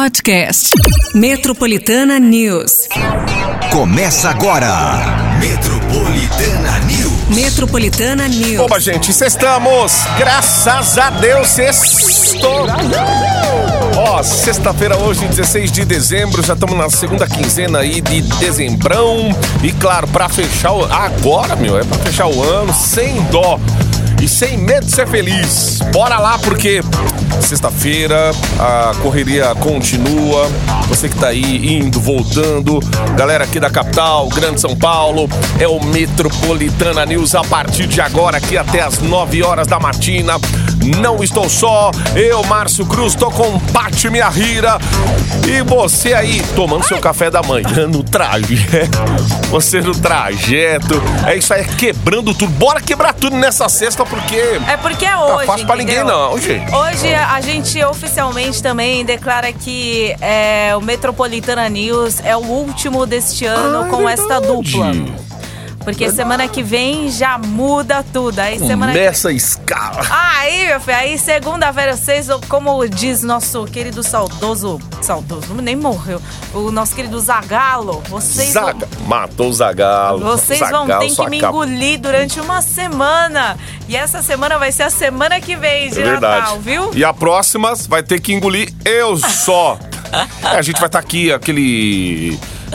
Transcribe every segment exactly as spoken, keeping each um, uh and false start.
podcast. Metropolitana News. Começa agora. Metropolitana News. Metropolitana News. Oba, gente, sextamos. Graças a Deus, sextou. Ó, sexta-feira hoje, dezesseis de dezembro, já estamos na segunda quinzena aí de dezembrão. E claro, pra fechar o... Agora, meu, é pra fechar o ano sem dó e sem medo de ser feliz. Bora lá, porque sexta-feira a correria continua. Você que tá aí indo, voltando, galera aqui da capital, Grande São Paulo, é o Metropolitana News a partir de agora, aqui até as nove horas da matina. Não estou só, eu, Márcio Cruz, tô com Pati Minha Rira. E você aí, tomando seu café da manhã no trajeto. Você no trajeto. É isso aí, quebrando tudo. Bora quebrar tudo nessa sexta, porque... É porque é hoje, tá fácil pra ninguém não, gente. Hoje a gente oficialmente também declara que é, o Metropolitana News é o último deste ano ah, com é esta dupla. Porque verdade. Semana que vem já muda tudo. Aí semana Nessa que... escala. Aí, meu filho, aí segunda-feira vocês, como diz nosso querido saudoso, saudoso, nem morreu, o nosso querido Zagalo, vocês Zaga, vão... matou o Zagalo. Vocês Zagalo, vão ter que me acaba. engolir durante uma semana. E essa semana vai ser a semana que vem de é Natal, viu? E a próxima vai ter que engolir eu só. É, a gente vai estar tá aqui, aquele...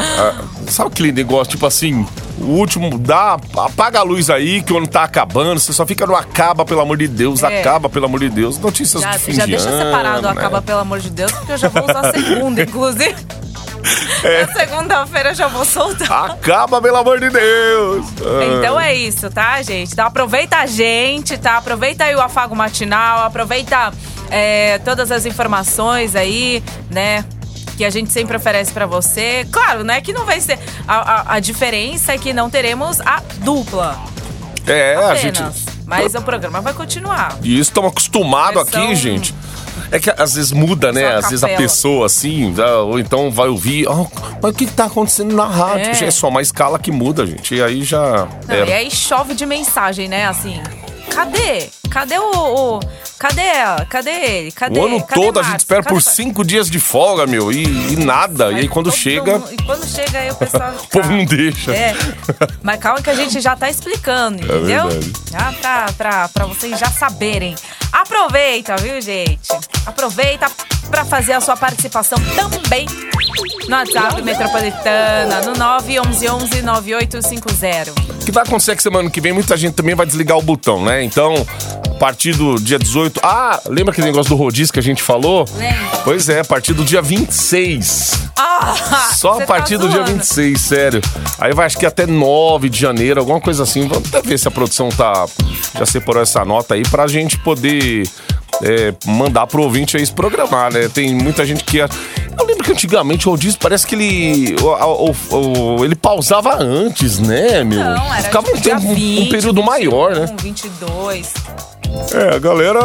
Uh, sabe aquele negócio, tipo assim... O último, dá, apaga a luz aí, que o ano tá acabando. Você só fica no acaba, pelo amor de Deus. É. Acaba, pelo amor de Deus. Notícias já, de fim já de deixa ano, separado o né? acaba, pelo amor de Deus, porque eu já vou usar a segunda, inclusive. É. Na segunda-feira eu já vou soltar. Acaba, pelo amor de Deus. Então é isso, tá, gente? Então aproveita a gente, tá? Aproveita aí o afago matinal, aproveita é, todas as informações aí, né? Que a gente sempre oferece pra você. Claro, né, que não vai ser... A, a, a diferença é que não teremos a dupla. É, apenas, a gente... Mas o programa vai continuar. E isso, estamos acostumados Versão... aqui, gente. É que às vezes muda, né? Às vezes a pessoa, assim, ou então vai ouvir... Oh, mas o que, que tá acontecendo na rádio? É. É só uma escala que muda, gente. E aí já... Não, e aí chove de mensagem, né? Assim... Cadê? Cadê o... o... Cadê ela? Cadê ele? Cadê? O ano Cadê todo Marcos? a gente espera Cadê... por cinco dias de folga, meu, e, e nada. Aí, e aí quando chega... Mundo, e quando chega aí o pessoal... o povo não deixa. É. Mas calma que a gente já tá explicando, entendeu? É já pra, pra, pra vocês já saberem. Aproveita, viu, gente? Aproveita pra fazer a sua participação também no WhatsApp Metropolitana, no nove um um um nove oito cinco zero. O que vai acontecer é que semana que vem muita gente também vai desligar o botão, né? Então... A partir do dia dezoito... Ah, lembra aquele negócio do rodízio que a gente falou? Lembra. Pois é, a partir do dia vinte e seis. Ah, Só a partir tá do dia vinte e seis, sério. Aí vai, acho que até nove de janeiro, alguma coisa assim. Vamos até ver se a produção tá já separou essa nota aí pra gente poder é, mandar pro ouvinte aí se programar, né? Tem muita gente que... Eu lembro que antigamente o rodízio parece que ele... O, o, o, ele pausava antes, né, meu? Não, era ficava tipo um, tempo, vinte, um período vinte e um, maior, né? vinte e dois... É, a galera,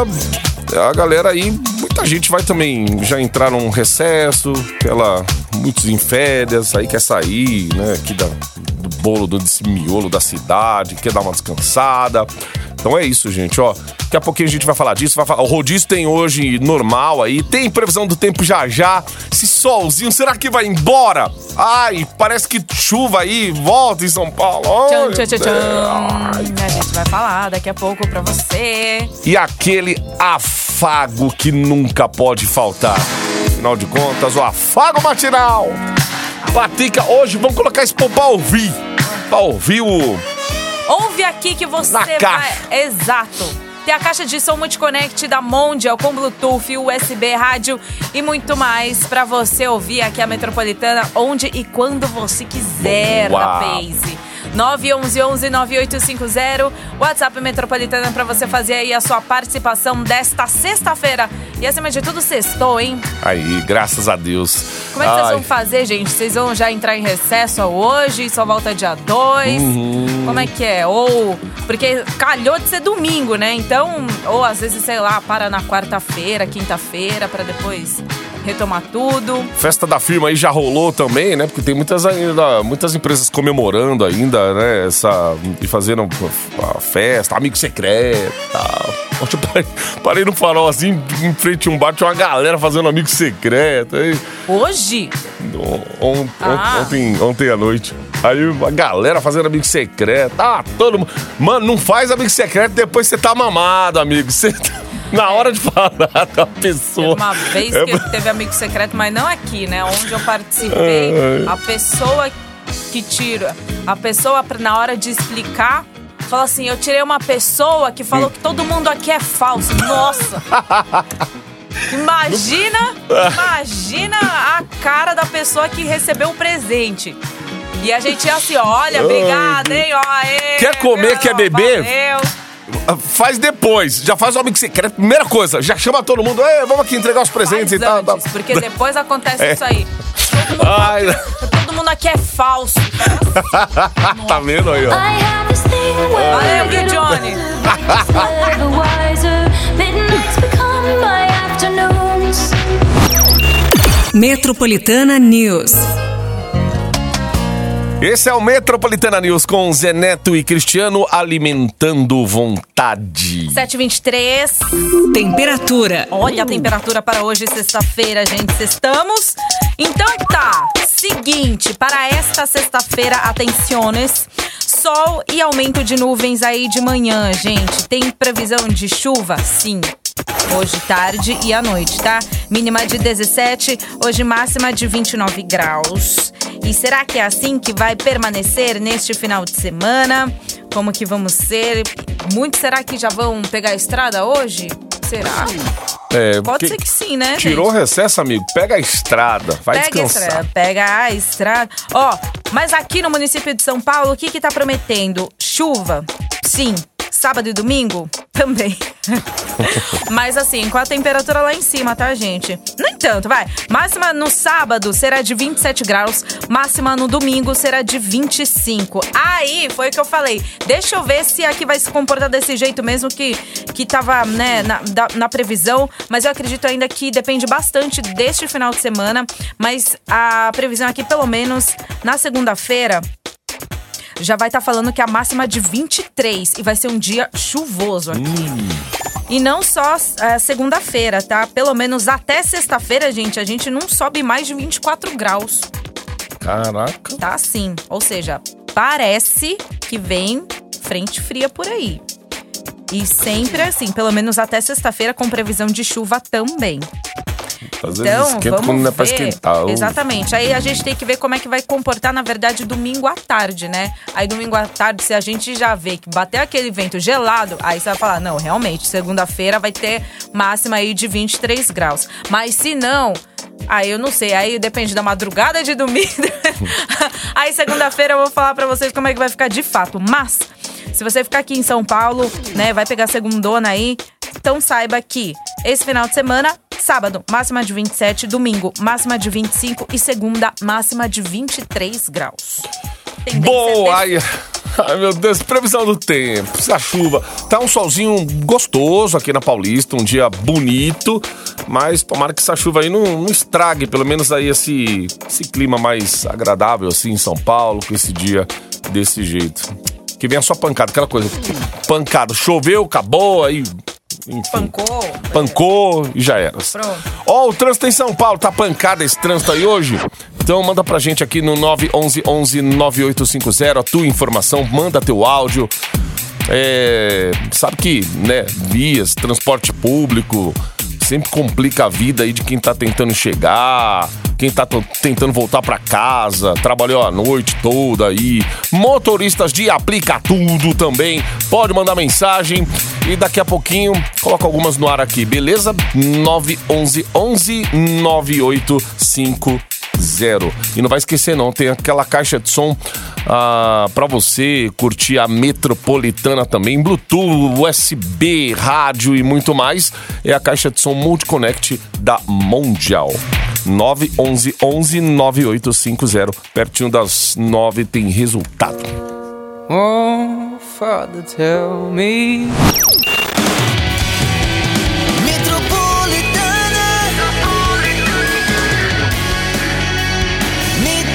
a galera aí, muita gente vai também já entrar num recesso, aquela, muitos em férias, aí quer sair, né, aqui da, do bolo, do desse miolo da cidade, quer dar uma descansada. Então é isso, gente, ó. Daqui a pouquinho a gente vai falar disso, vai falar. O rodízio tem hoje normal aí, tem previsão do tempo já já. Esse solzinho, será que vai embora? Ai, parece que chuva aí, volta em São Paulo. Tchan, tchan, tchan, tchan. A gente vai falar daqui a pouco pra você. E aquele afago que nunca pode faltar. Afinal de contas, o afago matinal. Patica, hoje vamos colocar esse povo pra ouvir. Pra ouvir o... Ouve aqui que você Na vai... caixa. Exato. Tem a caixa de som Multiconnect da Mondial com Bluetooth, U S B, rádio e muito mais pra você ouvir aqui a Metropolitana onde e quando você quiser. Uau. Da Paze. nove um um um nove oito cinco zero, WhatsApp Metropolitana pra você fazer aí a sua participação desta sexta-feira. E acima de tudo, sextou, hein? Aí, graças a Deus. Como é que Ai. vocês vão fazer, gente? Vocês vão já entrar em recesso hoje, só volta dia dois? Uhum. Como é que é? Ou... Porque calhou de ser domingo, né? Então, ou às vezes, sei lá, para na quarta-feira, quinta-feira, pra depois retomar tudo. Festa da firma aí já rolou também, né? Porque tem muitas ainda, muitas empresas comemorando ainda, né? Essa, e fazendo a festa, amigo secreto e tal. Ontem eu parei, parei no farol assim, em frente a um bar, tinha uma galera fazendo amigo secreto. Aí, Hoje? on, on, Ah. ontem, ontem à noite. Aí a galera fazendo amigo secreto. Ah, todo mundo. Mano, não faz amigo secreto depois você tá mamado, amigo. Você tá... Na hora de falar da pessoa. Teve uma vez é... que teve amigo secreto, mas não aqui, né? Onde eu participei, a pessoa que tira, a pessoa na hora de explicar, fala assim, eu tirei uma pessoa que falou que todo mundo aqui é falso. Nossa! Imagina, imagina a cara da pessoa que recebeu o presente. E a gente ia assim, olha, obrigada, hein? Ó, aê, quer comer, quer beber? Valeu. Faz depois, já faz o amigo secreto. Primeira coisa, já chama todo mundo. Ei, vamos aqui entregar os presentes Faz e tal. antes, tal. Porque depois acontece É. isso aí. Todo mundo, Ai. fala que- todo mundo aqui é falso. Tá vendo aí, ó? Valeu, Gui Johnny. Metropolitana News. Esse é o Metropolitana News com Zé Neto e Cristiano alimentando vontade. sete e vinte e três. Temperatura. Olha a temperatura para hoje, sexta-feira, gente. Sextamos. Então tá. Seguinte, para esta sexta-feira, atenciones. Sol e aumento de nuvens aí de manhã, gente. Tem previsão de chuva? Sim. Hoje tarde e à noite, tá? Mínima de dezessete, hoje máxima de vinte e nove graus. E será que é assim que vai permanecer neste final de semana? Como que vamos ser? Muitos será que já vão pegar a estrada hoje? Será? É, Pode porque ser que sim, né, tirou o gente? recesso, amigo. Pega a estrada, vai Pega a descansar. estrada, pega a estrada. Ó, mas aqui no município de São Paulo, o que que tá prometendo? Chuva? Sim. Sábado e domingo? Também. Mas assim, com a temperatura lá em cima, tá, gente? Nem tanto, vai. Máxima no sábado será de vinte e sete graus. Máxima no domingo será de vinte e cinco. Aí, foi o que eu falei. Deixa eu ver se aqui vai se comportar desse jeito mesmo que, que tava, né, na, da, na previsão. Mas eu acredito ainda que depende bastante deste final de semana. Mas a previsão aqui, pelo menos na segunda-feira, já vai estar tá falando que a máxima é de vinte e três e vai ser um dia chuvoso aqui. Hum. E não só é, segunda-feira, tá? Pelo menos até sexta-feira, gente, a gente não sobe mais de vinte e quatro graus. Caraca. Tá assim. Ou seja, parece que vem frente fria por aí. E sempre assim, pelo menos até sexta-feira, com previsão de chuva também. Às vezes Então, esquenta vamos quando não é pra ver. esquentar. Exatamente. Aí a gente tem que ver como é que vai comportar, na verdade, domingo à tarde, né? Aí domingo à tarde, se a gente já vê que bater aquele vento gelado, aí você vai falar, não, realmente, segunda-feira vai ter máxima aí de vinte e três graus. Mas se não, aí eu não sei, aí depende da madrugada de domingo. Aí segunda-feira eu vou falar pra vocês como é que vai ficar de fato. Mas, se você ficar aqui em São Paulo, né, vai pegar segundona aí, então saiba que esse final de semana, sábado, máxima de vinte e sete, domingo, máxima de vinte e cinco e segunda, máxima de vinte e três graus. Boa! Ai, ai, meu Deus, previsão do tempo, essa chuva. Tá um solzinho gostoso aqui na Paulista, um dia bonito, mas tomara que essa chuva aí não, não estrague, pelo menos aí esse, esse clima mais agradável assim em São Paulo, com esse dia desse jeito. Que venha só pancada, aquela coisa, pancada, choveu, acabou, aí... Enfim, pancou. Pancou e já era. Ó, oh, o trânsito em São Paulo, tá pancada esse trânsito aí hoje? Então manda pra gente aqui no nove um um um nove oito cinco zero a tua informação, manda teu áudio. É, sabe que, né, vias, transporte público, sempre complica a vida aí de quem tá tentando chegar, quem tá t- tentando voltar pra casa, trabalhou a noite toda aí. Motoristas de aplica tudo também, pode mandar mensagem e daqui a pouquinho coloca algumas no ar aqui, beleza? nove um um nove oito cinco zero. E não vai esquecer não, tem aquela caixa de som ah, pra você curtir a Metropolitana também, Bluetooth, U S B, rádio e muito mais. É a caixa de som Multiconnect da Mondial. nove um um nove oito cinco zero. Pertinho das nove tem resultado. Oh, Father, tell me.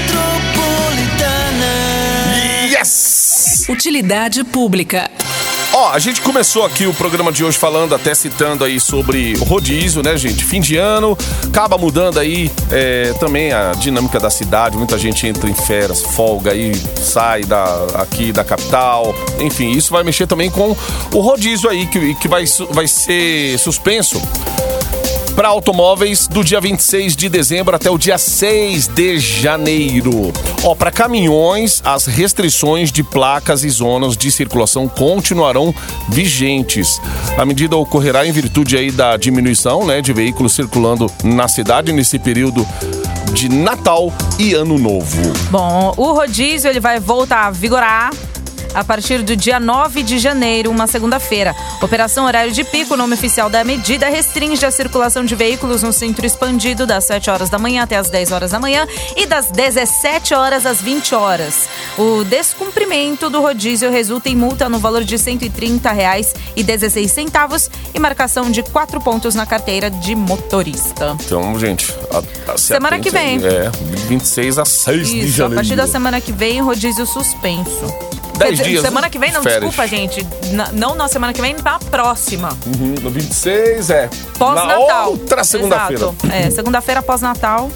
Utilidade pública. Ó, a gente começou aqui o programa de hoje falando, até citando aí sobre o rodízio, né, gente? Fim de ano, acaba mudando aí é, também a dinâmica da cidade. Muita gente entra em férias, folga aí, sai da, aqui da capital. Enfim, isso vai mexer também com o rodízio aí, que, que vai, vai ser suspenso para automóveis do dia vinte e seis de dezembro até o dia seis de janeiro. Ó, para caminhões, as restrições de placas e zonas de circulação continuarão vigentes. A medida ocorrerá em virtude aí da diminuição, né, de veículos circulando na cidade nesse período de Natal e Ano Novo. Bom, o rodízio ele vai voltar a vigorar a partir do dia nove de janeiro, uma segunda-feira. Operação horário de pico, o nome oficial da medida, restringe a circulação de veículos no centro expandido das sete horas da manhã até as dez horas da manhã e das dezessete horas às vinte horas. O descumprimento do rodízio resulta em multa no valor de cento e trinta reais e dezesseis centavos e marcação de quatro pontos na carteira de motorista. Então, gente, a, a semana que vem. É, vinte e seis a seis de Isso, janeiro. a partir da semana que vem, rodízio suspenso. dez dias. Semana que vem, não, férias. Desculpa, gente. Na, não na semana que vem, na próxima. Uhum, no vinte e seis, é. Pós-Natal. Na outra segunda-feira. Exato. É, segunda-feira pós-Natal.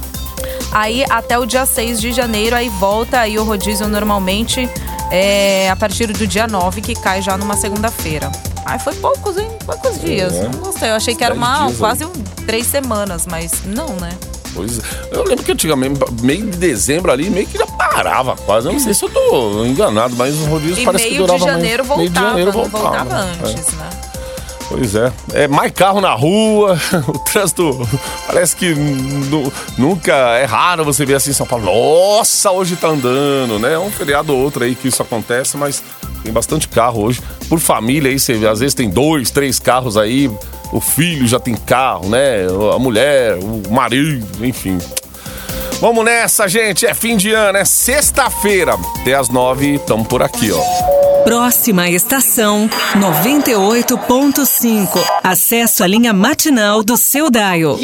Aí até o dia seis de janeiro, aí volta aí o rodízio normalmente é, a partir do dia nove, que cai já numa segunda-feira. Ai, foi poucos, hein? Poucos dias. É. Não gostei. Eu achei que era uma, dias, quase um, três semanas, mas não, né? Pois é. Eu lembro que antigamente, meio de dezembro ali, meio que já parava quase. Eu não sei se eu tô enganado, mas o rodízio e parece que durava mais. E meio de janeiro voltava, meio de janeiro voltava, voltava antes, é. né? Pois é. É mais carro na rua, o trânsito parece que nu, nunca é raro você ver assim em São Paulo. Nossa, hoje tá andando, né? É um feriado ou outro aí que isso acontece, mas tem bastante carro hoje. Por família aí, você às vezes tem dois, três carros aí. O filho já tem carro, né? A mulher, o marido, enfim. Vamos nessa, gente. É fim de ano, é sexta-feira. Até às nove, tamo por aqui, ó. Próxima estação, noventa e oito ponto cinco. Acesso à linha matinal do seu dial.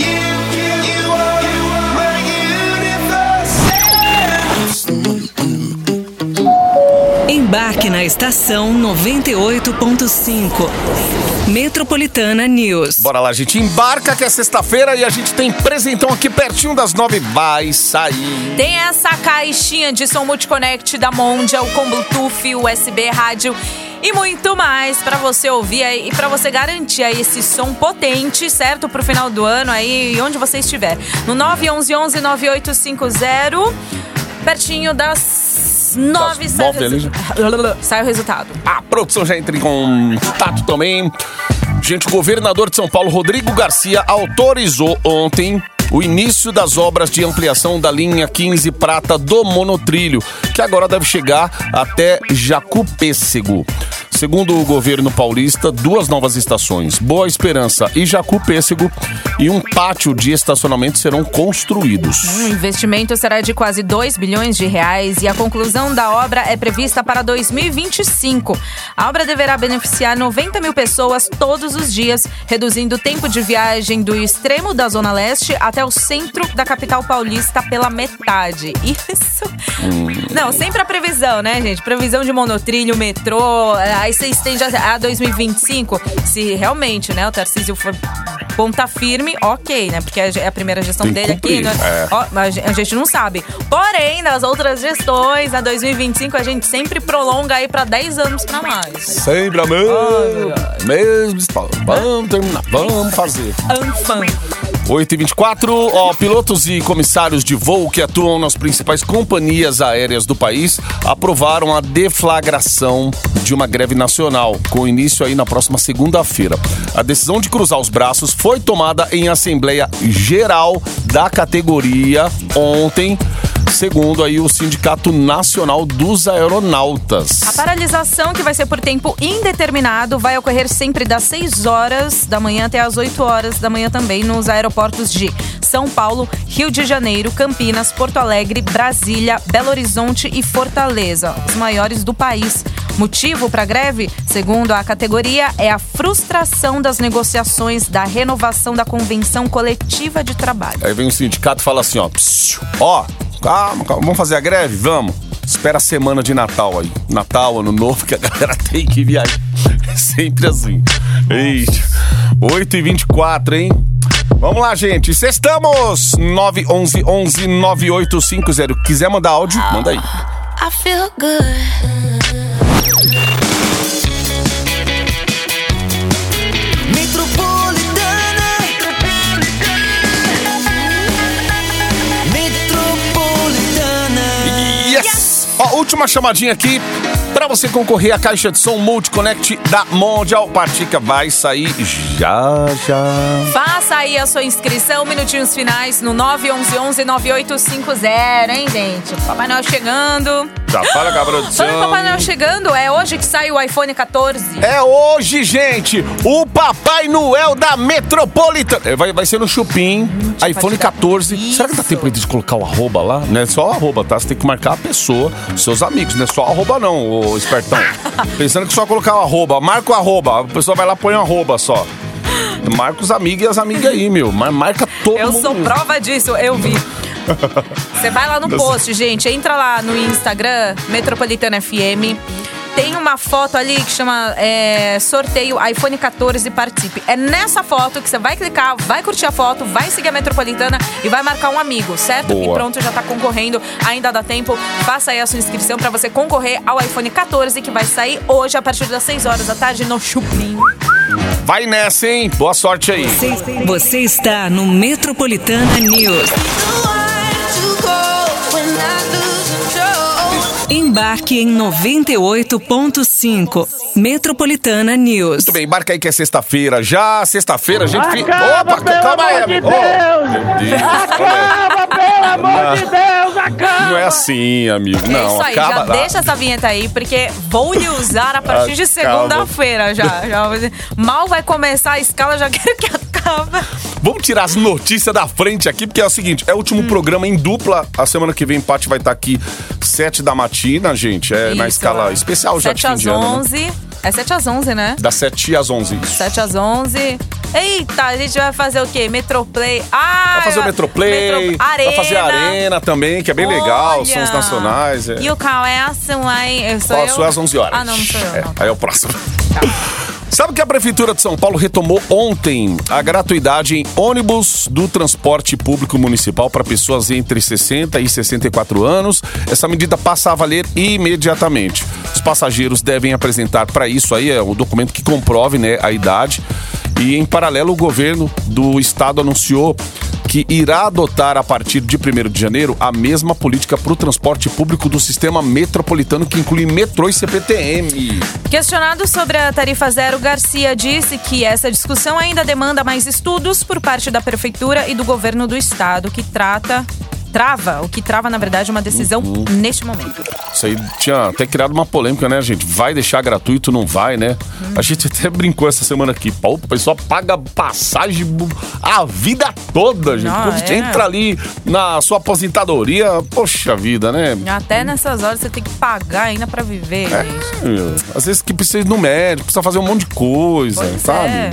Embarque na estação noventa e oito ponto cinco. Metropolitana News. Bora lá, gente. Embarca que é sexta-feira e a gente tem presentão aqui pertinho das nove. Vai sair. Tem essa caixinha de som Multiconnect da Mondial com Bluetooth, U S B, rádio e muito mais pra você ouvir aí e pra você garantir aí esse som potente, certo? Pro final do ano aí, onde você estiver. No nove um um um, nove oito cinco zero, pertinho das nove, das sai, nove resu... sai o resultado. A produção já entra em contato também. Gente, o governador de São Paulo, Rodrigo Garcia, autorizou ontem o início das obras de ampliação da linha quinze prata do monotrilho, que agora deve chegar até Jacú-Pêssego. Segundo o governo paulista, duas novas estações, Boa Esperança e Jacú-Pêssego, e um pátio de estacionamento serão construídos. O investimento será de quase dois bilhões de reais e a conclusão da obra é prevista para dois mil e vinte e cinco. A obra deverá beneficiar noventa mil pessoas todos os dias, reduzindo o tempo de viagem do extremo da Zona Leste até o centro da capital paulista pela metade. Isso. Hum. Não, sempre a previsão, né, gente? Previsão de monotrilho, metrô, aí você estende a dois mil e vinte e cinco. Se realmente, né, o Tarcísio for ponta firme, ok, né? Porque é a primeira gestão Tem dele aqui. Né? É. Ó, a gente não sabe. Porém, nas outras gestões, a dois mil e vinte e cinco, a gente sempre prolonga aí pra dez anos pra mais. Sempre a mesma. Oh, mesmo. Vamos terminar, vamos fazer. Anfam. oito e vinte e quatro, ó, pilotos e comissários de voo que atuam nas principais companhias aéreas do país aprovaram a deflagração de uma greve nacional, com início aí na próxima segunda-feira. A decisão de cruzar os braços foi tomada em Assembleia Geral da categoria ontem, segundo aí o Sindicato Nacional dos Aeronautas. A paralisação, que vai ser por tempo indeterminado, vai ocorrer sempre das seis horas da manhã até as oito horas da manhã também nos aeroportos de São Paulo, Rio de Janeiro, Campinas, Porto Alegre, Brasília, Belo Horizonte e Fortaleza, os maiores do país. Motivo para a greve, segundo a categoria, é a frustração das negociações da renovação da Convenção Coletiva de Trabalho. Aí vem o sindicato e fala assim, ó, psiu, ó, calma, calma, vamos fazer a greve? Vamos. Espera a semana de Natal aí. Natal, Ano Novo, que a galera tem que viajar. Sempre assim. Eita. oito e vinte e quatro, hein? Vamos lá, gente. Sextamos. nove onze onze nove oito cinco zero. Quiser mandar áudio, manda aí. I feel good. Metropolitana. Metropolitana. Yes! Ó, última chamadinha aqui pra você concorrer à caixa de som Multiconnect da Mondial. Partica vai sair já, já. Faça aí a sua inscrição, minutinhos finais no nove onze onze nove oito cinco zero, hein, gente? Papai Noel chegando. Já fala com a produção. Falando Papai Noel chegando, é hoje que sai o iPhone quatorze. É hoje, gente, o Papai Noel da Metropolitana. É, Vai, vai ser no Chupim, hum, iPhone quatorze. Isso. Será que dá tempo de colocar o arroba lá? Não é só o arroba, tá? Você tem que marcar a pessoa, os seus amigos, não é só o arroba não, ô espertão. Pensando que só colocar o arroba, marca o arroba, a pessoa vai lá e põe o arroba só. Marca os amigos e as amigas aí, meu. Marca todo eu mundo. Eu sou prova disso, eu vi. Você vai lá no post, gente. Entra lá no Instagram, Metropolitana F M. Tem uma foto ali que chama é, sorteio iPhone quatorze e participe. É nessa foto que você vai clicar, vai curtir a foto, vai seguir a Metropolitana e vai marcar um amigo, certo? Boa. E pronto, já tá concorrendo. Ainda dá tempo. Faça aí a sua inscrição pra você concorrer ao iPhone quatorze que vai sair hoje a partir das seis horas da tarde no Chupim. Vai nessa, hein? Boa sorte aí. Você, você está no Metropolitana News. Embarque em noventa e oito ponto cinco. Metropolitana News. Muito bem, embarca aí que é sexta-feira. Já sexta-feira a gente fica. Acaba, Opa, pelo calma aí, amor de amigo. Deus. Oh, meu Deus. Acaba, pelo amor de Deus, acaba! Não é assim, amigo. É Não, isso aí, acaba já lá. deixa essa vinheta aí, porque vou lhe usar a partir de segunda-feira já. já. Mal vai começar a escala, já quero que acabe. Vamos tirar as notícias da frente aqui, porque é o seguinte, é o último hum. programa em dupla. A semana que vem, Paty vai estar aqui sete da matina, gente. É isso, na escala é. especial já de fim de ano. sete às onze. Né? É sete às onze, né? Das sete às onze. sete às onze. Eita, a gente vai fazer o quê? Metroplay. Ah, vai fazer o Metroplay. Metro... Arena. Vai fazer a Arena também, que é bem Olha. legal. Sons nacionais. É. E o qual é a sua, hein? Eu sou Ó, eu? sou às onze horas. Ah, não, não sou eu. É, Não. aí é o próximo. Tá. Sabe que a Prefeitura de São Paulo retomou ontem a gratuidade em ônibus do transporte público municipal para pessoas entre sessenta e sessenta e quatro anos. Essa medida passa a valer imediatamente. Os passageiros devem apresentar para isso aí é, o documento que comprove, né, a idade. E, em paralelo, o governo do estado anunciou que irá adotar, a partir de primeiro de janeiro, a mesma política para o transporte público do sistema metropolitano, que inclui metrô e C P T M. Questionado sobre a tarifa zero, Garcia disse que essa discussão ainda demanda mais estudos por parte da prefeitura e do governo do estado, que trata... Trava, o que trava, na verdade, uma decisão uhum. neste momento. Isso aí tinha até criado uma polêmica, né, gente? Vai deixar gratuito, não vai, né? Hum. A gente até brincou essa semana aqui. Pô, o pessoal paga passagem a vida toda, gente. Não, Quando é. entra ali na sua aposentadoria, poxa vida, né? Até nessas horas você tem que pagar ainda pra viver, é, gente. Meu, às vezes que precisa ir no médico, precisa fazer um monte de coisa, pois sabe? É.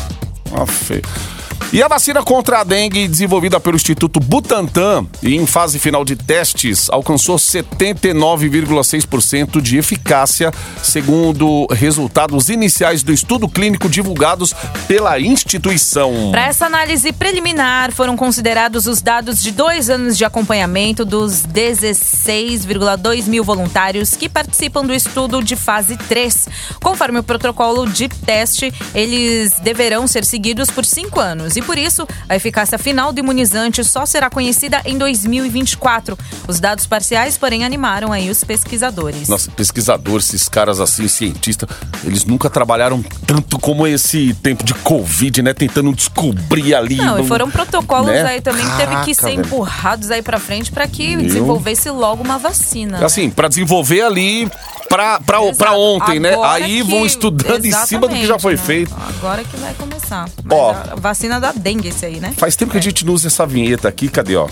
Uma feia. E a vacina contra a dengue, desenvolvida pelo Instituto Butantan e em fase final de testes, alcançou setenta e nove vírgula seis por cento de eficácia, segundo resultados iniciais do estudo clínico divulgados pela instituição. Para essa análise preliminar, foram considerados os dados de dois anos de acompanhamento dos dezesseis vírgula dois mil voluntários que participam do estudo de fase três. Conforme o protocolo de teste, eles deverão ser seguidos por cinco anos. E por isso, a eficácia final do imunizante só será conhecida em dois mil e vinte e quatro. Os dados parciais, porém, animaram aí os pesquisadores. Nossa, pesquisadores, esses caras assim, cientistas, eles nunca trabalharam tanto como esse tempo de Covid, né? Tentando descobrir ali. Não, e foram protocolos né? aí também que teve que ser velho. empurrados aí pra frente pra que Meu. desenvolvesse logo uma vacina. Assim, né? Pra desenvolver ali pra, pra, pra ontem, né? Aí que, vão estudando em cima do que já foi né? feito. Agora que vai começar. Mas ó, a vacina da dengue esse aí, né? Faz tempo que a gente não usa essa vinheta aqui, cadê, ó?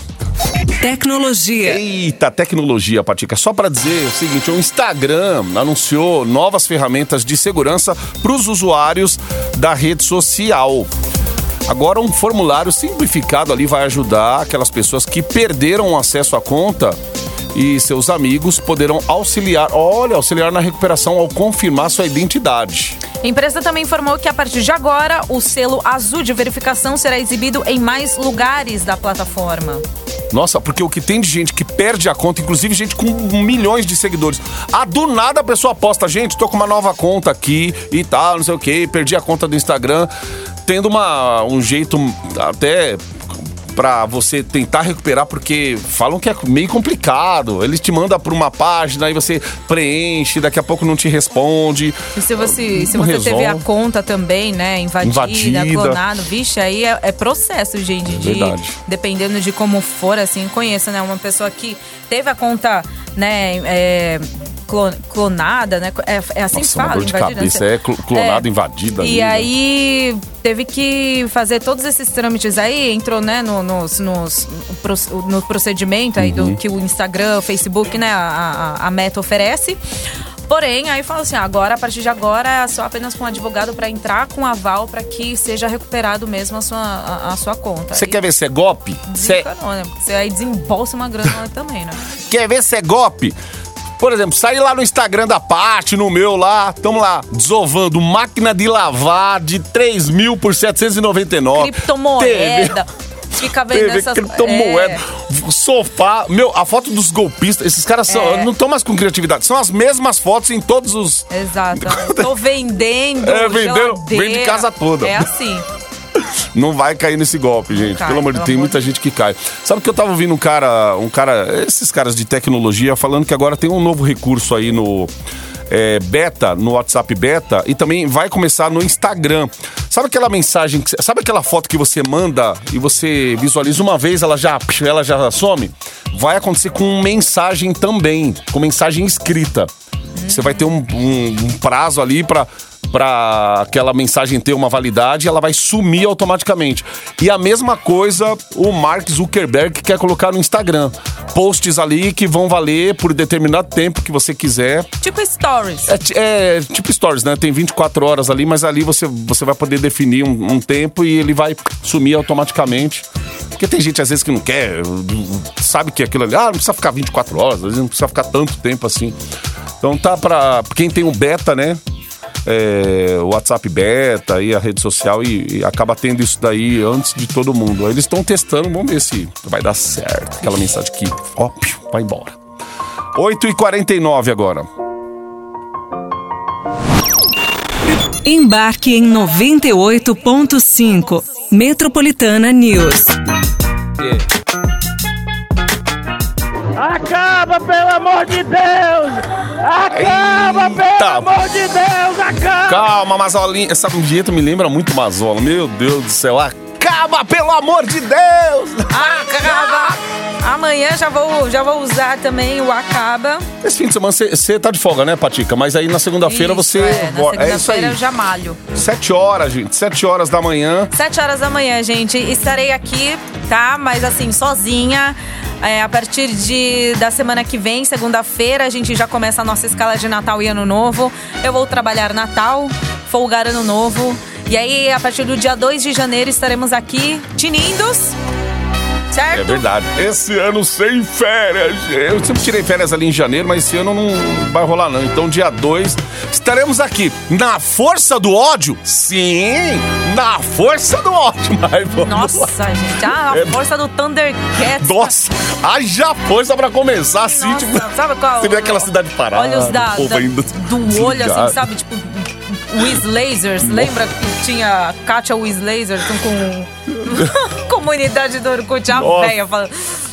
Tecnologia. Eita, tecnologia, Patica. Só pra dizer o seguinte, o Instagram anunciou novas ferramentas de segurança pros usuários da rede social. Agora, um formulário simplificado ali vai ajudar aquelas pessoas que perderam o acesso à conta e seus amigos poderão auxiliar, olha, auxiliar na recuperação ao confirmar sua identidade. A empresa também informou que a partir de agora, o selo azul de verificação será exibido em mais lugares da plataforma. Nossa, porque o que tem de gente que perde a conta, inclusive gente com milhões de seguidores. Ah, do nada a pessoa posta, gente, tô com uma nova conta aqui e tal, não sei o que, perdi a conta do Instagram. Tendo uma, um jeito até pra você tentar recuperar, porque falam que é meio complicado. Eles te mandam pra uma página, aí você preenche, daqui a pouco não te responde. E se você, se você teve a conta também, né, invadida, invadida. clonado, vixe, aí é, é processo, gente. De, Verdade. Dependendo de como for, assim, conheça, né, uma pessoa que teve a conta, né, é, clonada, né? É, é assim Nossa, que fala, uma dor de invadida. Cabeça, é clonado, é, invadida. E ali, aí né? Teve que fazer todos esses trâmites aí, entrou, né, no, nos, nos, no procedimento aí uhum. do que o Instagram, o Facebook, né, a, a, a Meta oferece. Porém, aí fala assim, agora, a partir de agora, é só apenas com um advogado para entrar com aval para que seja recuperado mesmo a sua, a, a sua conta. Você quer ver se é golpe? Desencanou, né? Porque você aí desembolsa uma grana também, né? Quer ver se é golpe? Por exemplo, sai lá no Instagram da Paty, no meu lá, tamo lá, desovando máquina de lavar de três mil por setecentos e noventa e nove. Criptomoeda. Fica vendo T V, essas... criptomoeda, é. sofá. Meu, a foto dos golpistas, esses caras são, É. não estão mais com criatividade, são as mesmas fotos em todos os... Exato. Tô vendendo É, vendendo, geladeira. vende casa toda. É assim. Não vai cair nesse golpe, gente. Cai, pelo amor de Deus, tem amor muita de... gente que cai. Sabe que eu tava ouvindo um cara, um cara, esses caras de tecnologia falando que agora tem um novo recurso aí no é, beta, no WhatsApp beta, e também vai começar no Instagram. Sabe aquela mensagem, que, sabe aquela foto que você manda e você visualiza uma vez, ela já, ela já some? Vai acontecer com mensagem também, com mensagem escrita. Você vai ter um, um, um prazo ali pra, pra aquela mensagem ter uma validade e ela vai sumir automaticamente. E a mesma coisa o Mark Zuckerberg quer colocar no Instagram. Posts ali que vão valer por determinado tempo que você quiser. Tipo stories. É, é tipo stories, né? Tem vinte e quatro horas ali, mas ali você, você vai poder definir um, um tempo e ele vai sumir automaticamente. Porque tem gente às vezes que não quer, sabe que aquilo ali, ah, não precisa ficar vinte e quatro horas, às vezes não precisa ficar tanto tempo assim. Então tá pra quem tem o beta, né? É, o WhatsApp beta e a rede social e, e acaba tendo isso daí antes de todo mundo. Aí eles estão testando, vamos ver se vai dar certo. Aquela mensagem que, ó, vai embora. oito e quarenta e nove agora. Embarque em noventa e oito ponto cinco. Metropolitana News. Acaba, pelo amor de Deus! Acaba, Eita. pelo amor de Deus! Acaba! Calma, Mazolinha. Essa dieta me lembra muito Mazola. Meu Deus do céu. Acaba, pelo amor de Deus! Acaba! Amanhã já vou, já vou usar também o acaba. Esse fim de semana você tá de folga, né, Patica? Mas aí na segunda-feira Isso, você... É, na é isso aí. segunda-feira eu já malho. Sete horas, gente. Sete horas da manhã. Sete horas da manhã, gente. Estarei aqui, tá? Mas assim, sozinha. É, a partir de, da semana que vem, segunda-feira, a gente já começa a nossa escala de Natal e Ano Novo. Eu vou trabalhar Natal, folgar Ano Novo. E aí, a partir do dia dois de janeiro, estaremos aqui, tinindos. Certo? É verdade. Esse ano sem férias. Eu sempre tirei férias ali em janeiro, mas esse ano não vai rolar não. Então dia dois estaremos aqui. Na força do ódio? Sim! Na força do ódio. Mas vamos Nossa, lá. gente. Ah, a É. força do Thundercats. Nossa, haja força pra começar assim, Nossa, tipo... sabe qual? Você vê aquela cidade parada. Olhos da, o povo da- ainda do olho, desligado. assim, sabe? Tipo, Wiz Lasers. Lembra que tinha Kátia Wiz Lasers com... Comunidade do Orkut, a Nossa. véia falando...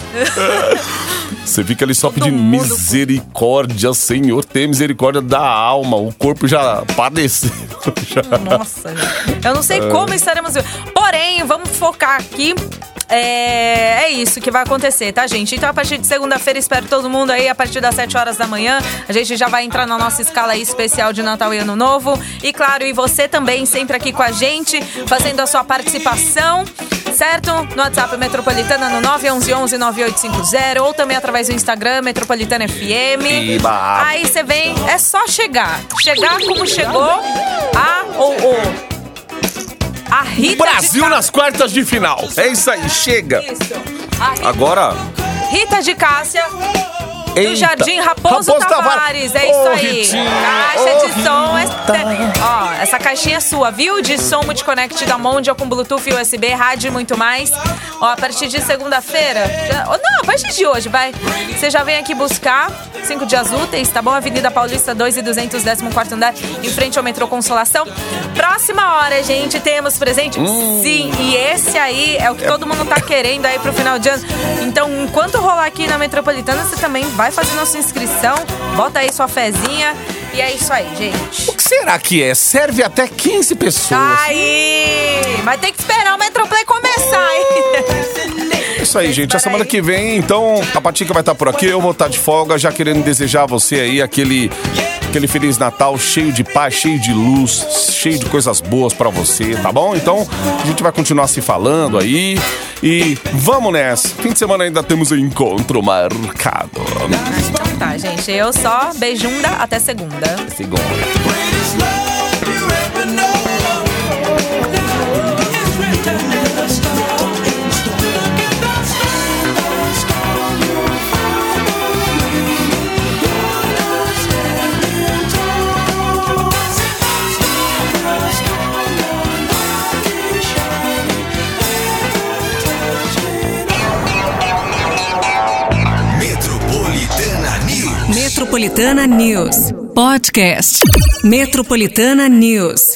Você fica ali só Todo pedindo mundo- misericórdia, Senhor, tem misericórdia da alma. O corpo já padeceu. Já. Nossa, gente. Eu não sei como estaremos... Porém, vamos focar aqui. É, é isso que vai acontecer, tá, gente? Então, a partir de segunda-feira, espero todo mundo aí, a partir das sete horas da manhã. A gente já vai entrar na nossa escala aí especial de Natal e Ano Novo. E, claro, e você também sempre aqui com a gente, fazendo a sua participação, certo? No WhatsApp Metropolitana no nove um um um nove oito cinco zero ou também através do Instagram Metropolitana F M. Iba. Aí você vem, é só chegar. Chegar como chegou a ou o... A Rita Brasil de nas quartas de final. É isso aí, chega. Isso. A Rita, Agora, Rita de Cássia do Eita. Jardim Raposo, Raposo Tavares. Tavares. É isso Ô, aí. Ritinho. Caixa Ô, de som. É... Rita. Ó, essa caixinha é sua, viu? De som Multiconnect da Mondial com Bluetooth, U S B, rádio e muito mais. Ó, a partir de segunda-feira... já- oh, não, a partir de hoje, vai. Você já vem aqui buscar. Cinco dias úteis, tá bom? Avenida Paulista dois e duzentos, décimo quarto andar, em frente ao metrô Consolação. Próxima hora, gente, temos presente. Hum. Sim, e esse aí é o que todo mundo tá querendo aí pro final de ano. Então, enquanto rolar aqui na Metropolitana, você também vai fazendo a sua inscrição, bota aí sua fezinha. E é isso aí, gente. O que será que é? Serve até quinze pessoas. Aí! Vai ter que esperar o Metroplay começar, hein? É isso aí, gente. A semana que vem, então, a Patica vai estar por aqui. Eu vou estar de folga, já querendo desejar a você aí aquele, aquele Feliz Natal cheio de paz, cheio de luz, cheio de coisas boas pra você, tá bom? Então, a gente vai continuar se falando aí. E vamos nessa. Fim de semana ainda temos um encontro marcado. Então tá, gente. Eu só beijunda até segunda. Segunda. Metropolitana News. Metropolitana News. Podcast. Metropolitana News.